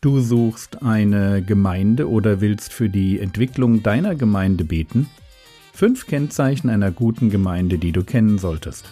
Du suchst eine Gemeinde oder willst für die Entwicklung deiner Gemeinde beten? 5 Kennzeichen einer guten Gemeinde, die du kennen solltest.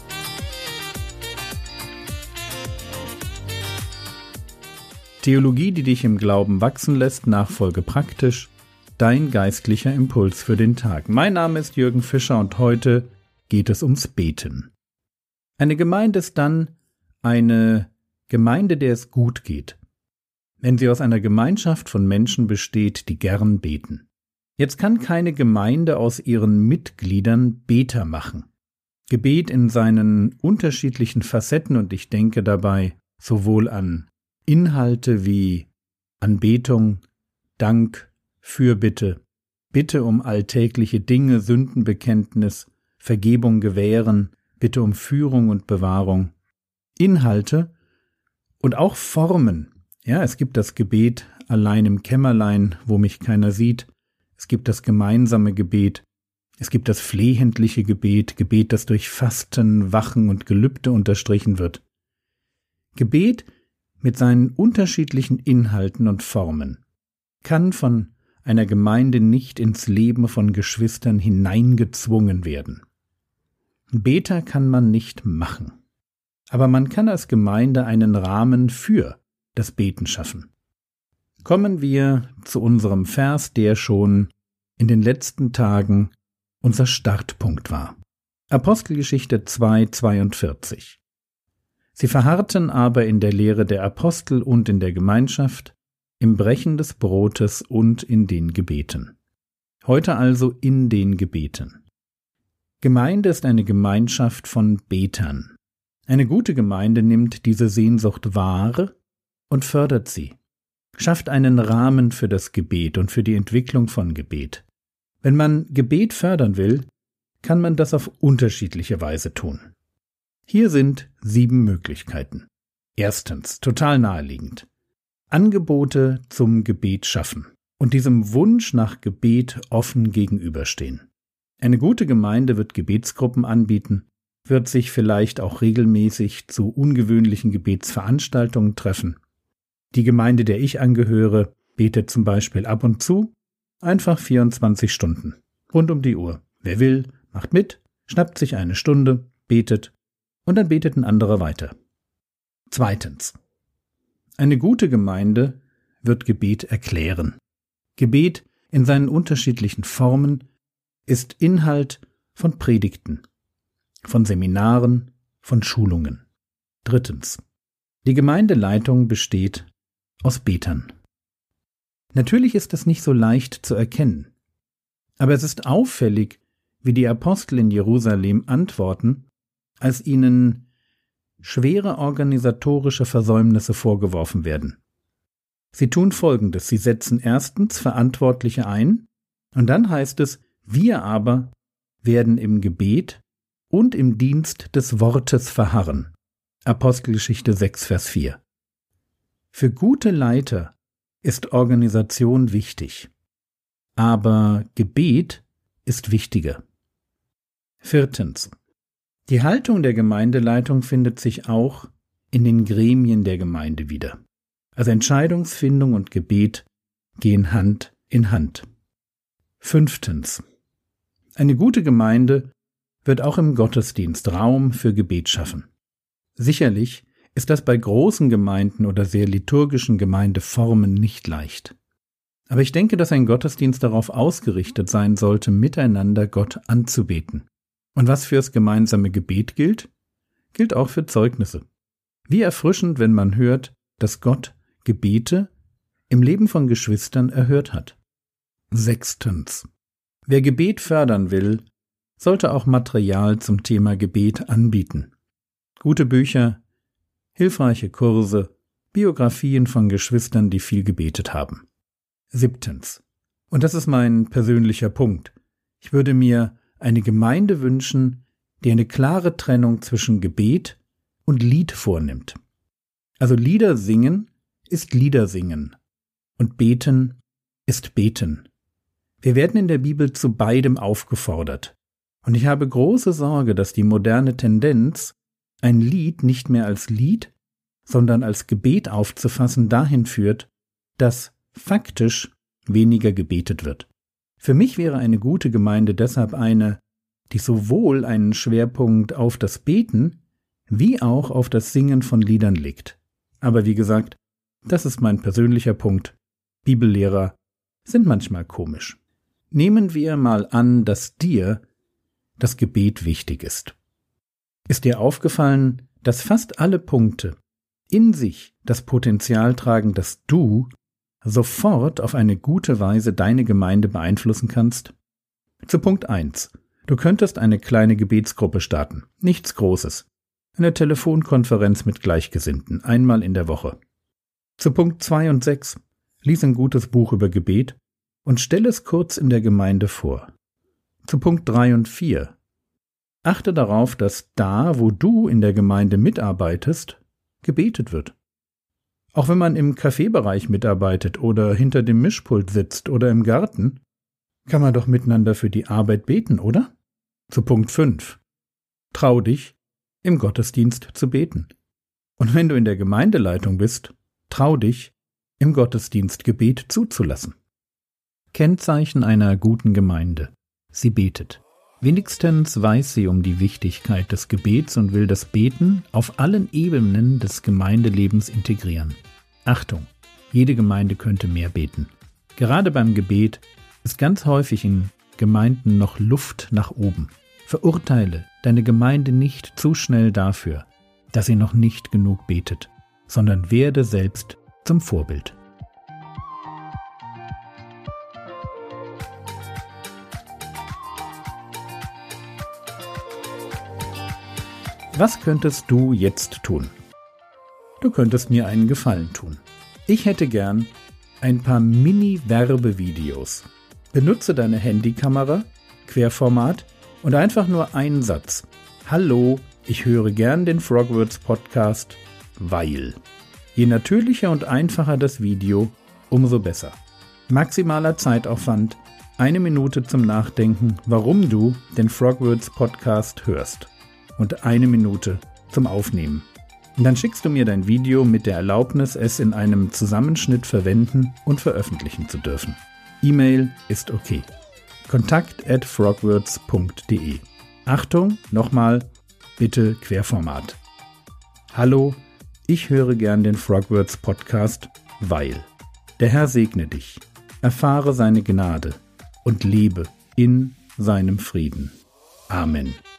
Theologie, die dich im Glauben wachsen lässt, nachfolge praktisch. Dein geistlicher Impuls für den Tag. Mein Name ist Jürgen Fischer und heute geht es ums Beten. Eine Gemeinde ist dann eine Gemeinde, der es gut geht, wenn sie aus einer Gemeinschaft von Menschen besteht, die gern beten. Jetzt kann keine Gemeinde aus ihren Mitgliedern Beter machen. Gebet in seinen unterschiedlichen Facetten, und ich denke dabei sowohl an Inhalte wie Anbetung, Dank, Fürbitte, Bitte um alltägliche Dinge, Sündenbekenntnis, Vergebung gewähren, Bitte um Führung und Bewahrung, Inhalte und auch Formen. Ja, es gibt das Gebet allein im Kämmerlein, wo mich keiner sieht. Es gibt das gemeinsame Gebet. Es gibt das flehentliche Gebet, Gebet, das durch Fasten, Wachen und Gelübde unterstrichen wird. Gebet mit seinen unterschiedlichen Inhalten und Formen kann von einer Gemeinde nicht ins Leben von Geschwistern hineingezwungen werden. Beter kann man nicht machen, aber man kann als Gemeinde einen Rahmen für das Beten schaffen. Kommen wir zu unserem Vers, der schon in den letzten Tagen unser Startpunkt war. Apostelgeschichte 2,42. Sie verharrten aber in der Lehre der Apostel und in der Gemeinschaft, im Brechen des Brotes und in den Gebeten. Heute also in den Gebeten. Gemeinde ist eine Gemeinschaft von Betern. Eine gute Gemeinde nimmt diese Sehnsucht wahr und fördert sie, schafft einen Rahmen für das Gebet und für die Entwicklung von Gebet. Wenn man Gebet fördern will, kann man das auf unterschiedliche Weise tun. Hier sind 7 Möglichkeiten. Erstens, total naheliegend, Angebote zum Gebet schaffen und diesem Wunsch nach Gebet offen gegenüberstehen. Eine gute Gemeinde wird Gebetsgruppen anbieten, wird sich vielleicht auch regelmäßig zu ungewöhnlichen Gebetsveranstaltungen treffen. Die Gemeinde, der ich angehöre, betet zum Beispiel ab und zu, einfach 24 Stunden, rund um die Uhr. Wer will, macht mit, schnappt sich eine Stunde, betet und dann betet ein anderer weiter. Zweitens. Eine gute Gemeinde wird Gebet erklären. Gebet in seinen unterschiedlichen Formen ist Inhalt von Predigten, von Seminaren, von Schulungen. Drittens. Die Gemeindeleitung besteht aus Betern. Natürlich ist es nicht so leicht zu erkennen, aber es ist auffällig, wie die Apostel in Jerusalem antworten, als ihnen schwere organisatorische Versäumnisse vorgeworfen werden. Sie tun Folgendes: Sie setzen erstens Verantwortliche ein, und dann heißt es, wir aber werden im Gebet und im Dienst des Wortes verharren. Apostelgeschichte 6, Vers 4. Für gute Leiter ist Organisation wichtig, aber Gebet ist wichtiger. Viertens. Die Haltung der Gemeindeleitung findet sich auch in den Gremien der Gemeinde wieder. Also Entscheidungsfindung und Gebet gehen Hand in Hand. Fünftens. Eine gute Gemeinde wird auch im Gottesdienst Raum für Gebet schaffen. Sicherlich ist das bei großen Gemeinden oder sehr liturgischen Gemeindeformen nicht leicht. Aber ich denke, dass ein Gottesdienst darauf ausgerichtet sein sollte, miteinander Gott anzubeten. Und was fürs gemeinsame Gebet gilt, gilt auch für Zeugnisse. Wie erfrischend, wenn man hört, dass Gott Gebete im Leben von Geschwistern erhört hat. Sechstens. Wer Gebet fördern will, sollte auch Material zum Thema Gebet anbieten. Gute Bücher, hilfreiche Kurse, Biografien von Geschwistern, die viel gebetet haben. 7. Und das ist mein persönlicher Punkt. Ich würde mir eine Gemeinde wünschen, die eine klare Trennung zwischen Gebet und Lied vornimmt. Also Lieder singen ist Lieder singen und beten ist beten. Wir werden in der Bibel zu beidem aufgefordert. Und ich habe große Sorge, dass die moderne Tendenz, ein Lied nicht mehr als Lied, sondern als Gebet aufzufassen, dahin führt, dass faktisch weniger gebetet wird. Für mich wäre eine gute Gemeinde deshalb eine, die sowohl einen Schwerpunkt auf das Beten wie auch auf das Singen von Liedern legt. Aber wie gesagt, das ist mein persönlicher Punkt. Bibellehrer sind manchmal komisch. Nehmen wir mal an, dass dir das Gebet wichtig ist. Ist dir aufgefallen, dass fast alle Punkte in sich das Potenzial tragen, dass du sofort auf eine gute Weise deine Gemeinde beeinflussen kannst? Zu Punkt 1. Du könntest eine kleine Gebetsgruppe starten. Nichts Großes. Eine Telefonkonferenz mit Gleichgesinnten, einmal in der Woche. Zu Punkt 2 und 6. Lies ein gutes Buch über Gebet und stell es kurz in der Gemeinde vor. Zu Punkt 3 und 4. Achte darauf, dass da, wo du in der Gemeinde mitarbeitest, gebetet wird. Auch wenn man im Kaffeebereich mitarbeitet oder hinter dem Mischpult sitzt oder im Garten, kann man doch miteinander für die Arbeit beten, oder? Zu Punkt 5. Trau dich, im Gottesdienst zu beten. Und wenn du in der Gemeindeleitung bist, trau dich, im Gottesdienst Gebet zuzulassen. Kennzeichen einer guten Gemeinde: Sie betet. Wenigstens weiß sie um die Wichtigkeit des Gebets und will das Beten auf allen Ebenen des Gemeindelebens integrieren. Achtung, jede Gemeinde könnte mehr beten. Gerade beim Gebet ist ganz häufig in Gemeinden noch Luft nach oben. Verurteile deine Gemeinde nicht zu schnell dafür, dass sie noch nicht genug betet, sondern werde selbst zum Vorbild. Was könntest du jetzt tun? Du könntest mir einen Gefallen tun. Ich hätte gern ein paar Mini-Werbevideos. Benutze deine Handykamera, Querformat und einfach nur einen Satz. Hallo, ich höre gern den Frogwords Podcast, weil. Je natürlicher und einfacher das Video, umso besser. Maximaler Zeitaufwand, 1 Minute zum Nachdenken, warum du den Frogwords Podcast hörst. Und 1 Minute zum Aufnehmen. Und dann schickst du mir dein Video mit der Erlaubnis, es in einem Zusammenschnitt verwenden und veröffentlichen zu dürfen. E-Mail ist okay. kontakt@frogwords.de. Achtung, nochmal, bitte Querformat. Hallo, ich höre gern den Frogwords Podcast, weil. Der Herr segne dich, erfahre seine Gnade und lebe in seinem Frieden. Amen.